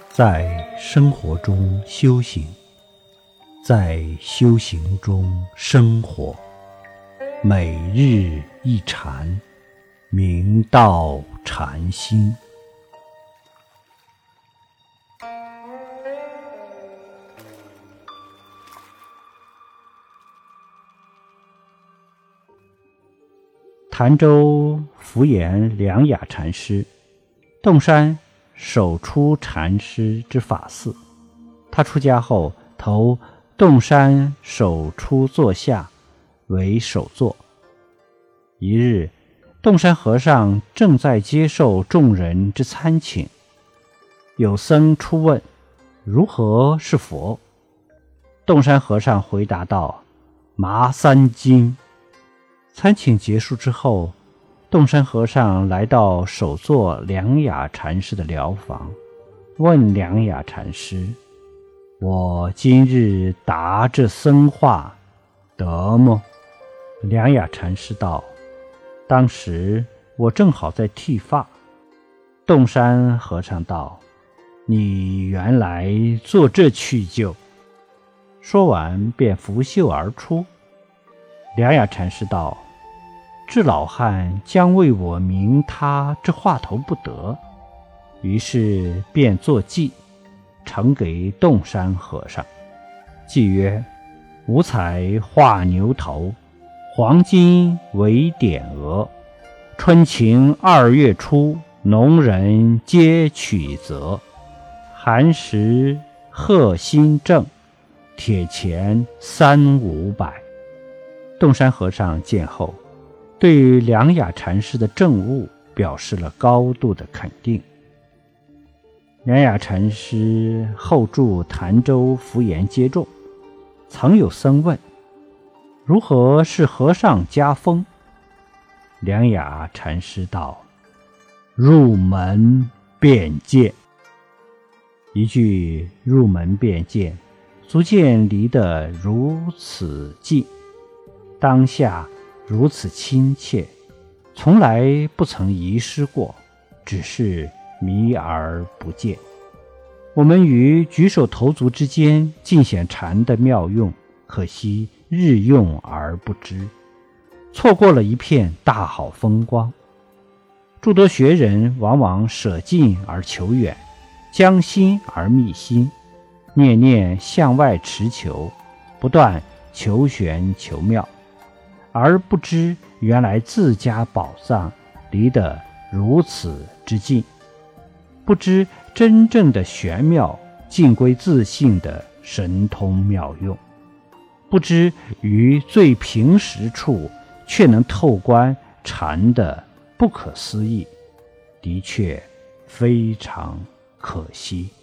在生活中修行，在修行中生活，每日一禅，明道禅心。潭州福岩良雅禅师，洞山首出禅师之法寺。他出家后投洞山首出座下为首座。一日，洞山和尚正在接受众人之参请，有僧出问如何是佛。洞山和尚回答道：麻三斤。参请结束之后，洞山和尚来到首座良雅禅师的寮房，问良雅禅师：我今日答这僧话得么？良雅禅师道：当时我正好在剃发。洞山和尚道：你原来做这去就。说完便拂袖而出。良雅禅师道：这老汉将为我明他之话头不得。于是便作记，呈给洞山和尚。记曰：五彩画牛头，黄金为点额，春晴2月初，农人皆取责。寒食贺新正，铁钱300-500。洞山和尚见后，对良雅禅师的证悟表示了高度的肯定。良雅禅师后住潭州福岩接众，曾有僧问：如何是和尚家风？良雅禅师道：入门便见。一句入门便见，足见离得如此近，当下如此亲切，从来不曾遗失过，只是迷而不见。我们于举手投足之间尽显禅的妙用，可惜日用而不知，错过了一片大好风光。诸多学人往往舍近而求远，将心而觅心，念念向外持求，不断求玄求妙，而不知原来自家宝藏离得如此之近，不知真正的玄妙尽归自性的神通妙用，不知于最平实处却能透观禅的不可思议，的确非常可惜。